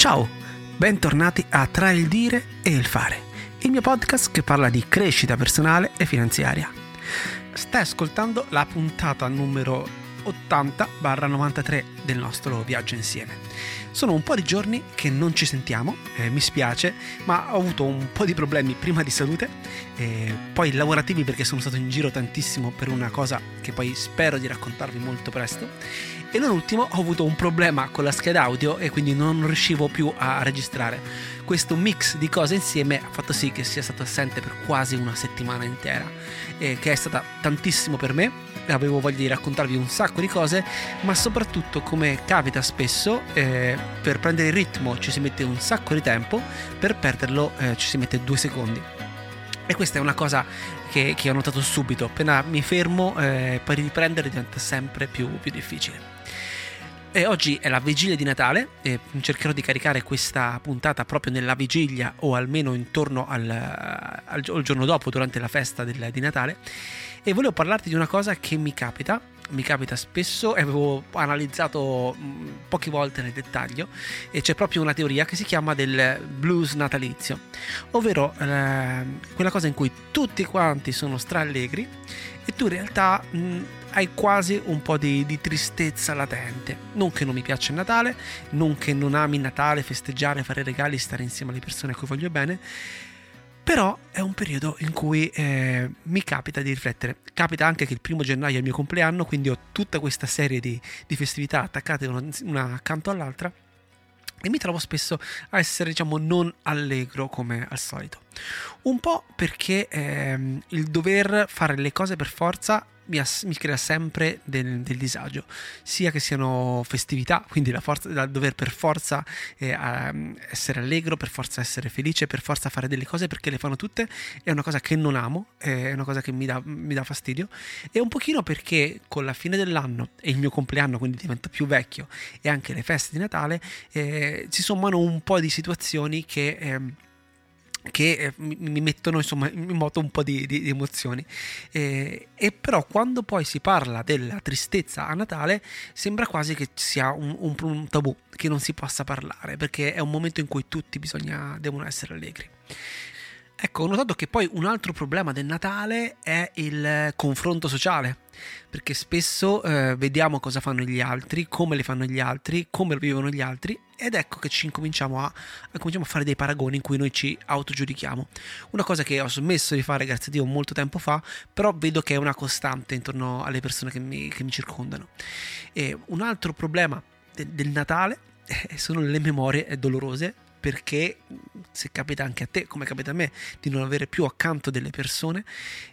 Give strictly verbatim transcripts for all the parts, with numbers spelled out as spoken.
Ciao, bentornati a Tra il dire e il fare, il mio podcast che parla di crescita personale e finanziaria. Stai ascoltando la puntata numero ottanta novantatré del nostro viaggio insieme. Sono un po' di giorni che non ci sentiamo, eh, mi spiace, ma ho avuto un po' di problemi prima di salute, eh, poi lavorativi perché sono stato in giro tantissimo per una cosa che poi spero di raccontarvi molto presto, e non ultimo ho avuto un problema con la scheda audio e quindi non riuscivo più a registrare. Questo mix di cose insieme ha fatto sì che sia stato assente per quasi una settimana intera, eh, che è stata tantissimo per me. Avevo voglia di raccontarvi un sacco di cose, ma soprattutto, come capita spesso, eh, per prendere il ritmo ci si mette un sacco di tempo, per perderlo eh, ci si mette due secondi. E questa è una cosa che, che ho notato subito: appena mi fermo, eh, poi riprendere diventa sempre più, più difficile. E oggi è la vigilia di Natale e cercherò di caricare questa puntata proprio nella vigilia, o almeno intorno al, al, al giorno dopo, durante la festa del, di Natale. E volevo parlarti di una cosa che mi capita, mi capita spesso e avevo analizzato mh, poche volte nel dettaglio, e c'è proprio una teoria che si chiama del blues natalizio, ovvero eh, quella cosa in cui tutti quanti sono straallegri e tu in realtà mh, hai quasi un po' di, di tristezza latente. Non che non mi piaccia il Natale, non che non ami il Natale, festeggiare, fare regali, stare insieme alle persone a cui voglio bene, però è un periodo in cui eh, mi capita di riflettere. Capita anche che il primo gennaio è il mio compleanno, quindi ho tutta questa serie di, di festività attaccate una, una accanto all'altra, e mi trovo spesso a essere, diciamo, non allegro come al solito. Un po' perché ehm, il dover fare le cose per forza mi, ass- mi crea sempre del, del disagio, sia che siano festività, quindi la forza, da dover per forza eh, essere allegro, per forza essere felice, per forza fare delle cose perché le fanno tutte, è una cosa che non amo, è una cosa che mi dà, mi dà fastidio. E un pochino perché con la fine dell'anno e il mio compleanno, quindi divento più vecchio, e anche le feste di Natale, eh, si sommano un po' di situazioni che... Eh, che eh, mi, mi mettono insomma in moto un po' di, di, di emozioni, eh, e però quando poi si parla della tristezza a Natale sembra quasi che sia un, un, un tabù, che non si possa parlare, perché è un momento in cui tutti bisogna, devono essere allegri. Ecco, ho notato che poi un altro problema del Natale è il confronto sociale, perché spesso eh, vediamo cosa fanno gli altri, come le fanno gli altri, come lo vivono gli altri, ed ecco che ci incominciamo a, a, cominciamo a fare dei paragoni in cui noi ci autogiudichiamo. Una cosa che ho smesso di fare, grazie a Dio, molto tempo fa, però vedo che è una costante intorno alle persone che mi, che mi circondano. E un altro problema de, del Natale eh, sono le memorie dolorose, perché se capita anche a te, come capita a me, di non avere più accanto delle persone,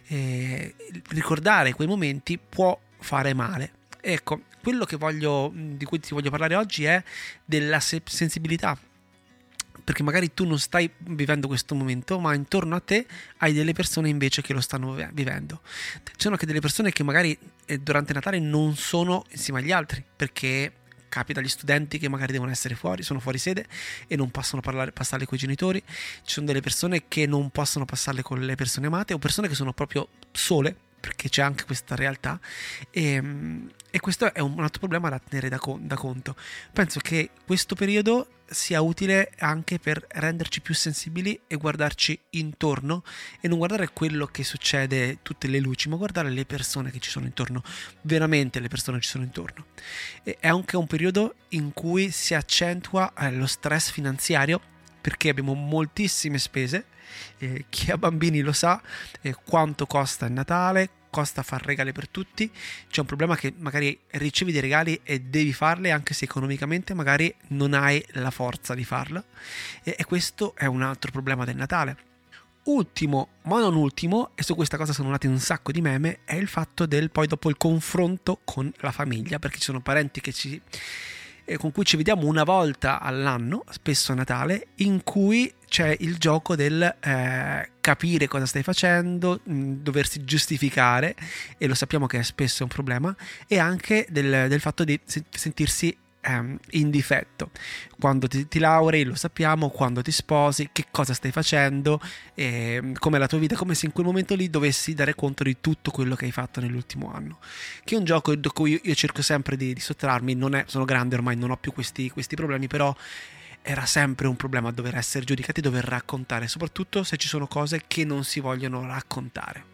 eh, ricordare quei momenti può fare male. Ecco, quello che voglio, di cui ti voglio parlare oggi è della se- sensibilità, perché magari tu non stai vivendo questo momento, ma intorno a te hai delle persone invece che lo stanno vivendo. Ci sono anche delle persone che magari eh, durante Natale non sono insieme agli altri, perché capita agli studenti che magari devono essere fuori, sono fuori sede e non possono parlare, passarle con i genitori. Ci sono delle persone che non possono passarle con le persone amate, o persone che sono proprio sole, perché c'è anche questa realtà, e, e questo è un altro problema da tenere da, da conto. Penso che questo periodo sia utile anche per renderci più sensibili e guardarci intorno, e non guardare quello che succede, tutte le luci, ma guardare le persone che ci sono intorno, veramente le persone che ci sono intorno. E è anche un periodo in cui si accentua eh, lo stress finanziario, perché abbiamo moltissime spese. Eh, chi ha bambini lo sa, eh, quanto costa il Natale, costa far regali per tutti. C'è un problema che magari ricevi dei regali e devi farli, anche se economicamente magari non hai la forza di farlo, e, e questo è un altro problema del Natale. Ultimo, ma non ultimo, e su questa cosa sono nati un sacco di meme, è il fatto del poi dopo il confronto con la famiglia, perché ci sono parenti che ci con cui ci vediamo una volta all'anno, spesso a Natale, in cui c'è il gioco del eh, capire cosa stai facendo, mh, doversi giustificare, e lo sappiamo che è spesso un problema, e anche del, del fatto di sentirsi ehm, in difetto. Quando ti, ti laurei, lo sappiamo, quando ti sposi, che cosa stai facendo, eh, com'è la tua vita, come se in quel momento lì dovessi dare conto di tutto quello che hai fatto nell'ultimo anno, che è un gioco da cui io, io cerco sempre di, di sottrarmi. Non è, sono grande ormai, non ho più questi, questi problemi, però era sempre un problema dover essere giudicati, dover raccontare, soprattutto se ci sono cose che non si vogliono raccontare.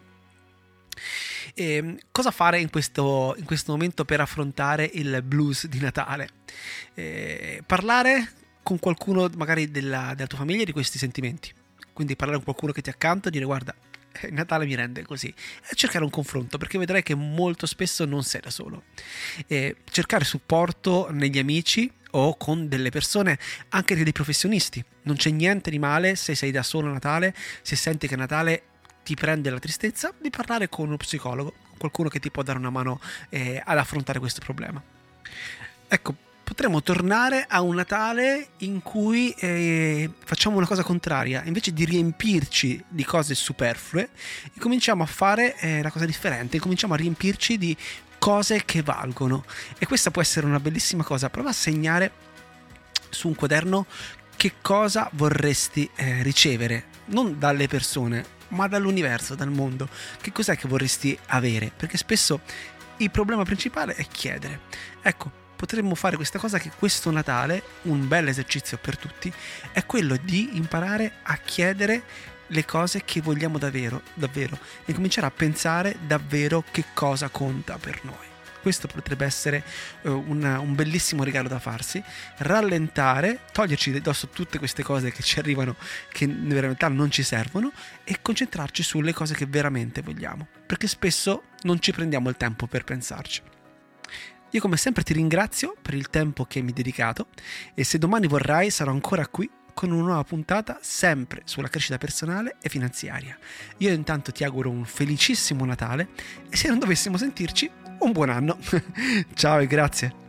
E cosa fare in questo, in questo momento per affrontare il blues di Natale? Eh, parlare con qualcuno magari della, della tua famiglia di questi sentimenti, quindi parlare con qualcuno che ti accanto e dire guarda, il Natale mi rende così, e cercare un confronto, perché vedrai che molto spesso non sei da solo. E cercare supporto negli amici o con delle persone, anche dei professionisti. Non c'è niente di male se sei da solo a Natale, se senti che Natale ti prende la tristezza, di parlare con uno psicologo, qualcuno che ti può dare una mano eh, ad affrontare questo problema. Ecco, potremmo tornare a un Natale in cui eh, facciamo una cosa contraria, invece di riempirci di cose superflue, cominciamo a fare eh, la cosa differente, cominciamo a riempirci di cose che valgono. E questa può essere una bellissima cosa. Prova a segnare su un quaderno che cosa vorresti eh, ricevere, non dalle persone, ma dall'universo, dal mondo. Che cos'è che vorresti avere? Perché spesso il problema principale è chiedere. Ecco, potremmo fare questa cosa, che questo Natale, un bel esercizio per tutti, è quello di imparare a chiedere le cose che vogliamo davvero, davvero, e cominciare a pensare davvero che cosa conta per noi. Questo potrebbe essere uh, una, un bellissimo regalo da farsi, rallentare, toglierci di dosso tutte queste cose che ci arrivano, che in realtà non ci servono, e concentrarci sulle cose che veramente vogliamo, perché spesso non ci prendiamo il tempo per pensarci. Io come sempre ti ringrazio per il tempo che mi hai dedicato, e se domani vorrai sarò ancora qui con una nuova puntata sempre sulla crescita personale e finanziaria. Io intanto ti auguro un felicissimo Natale, e se non dovessimo sentirci, un buon anno. Ciao e grazie.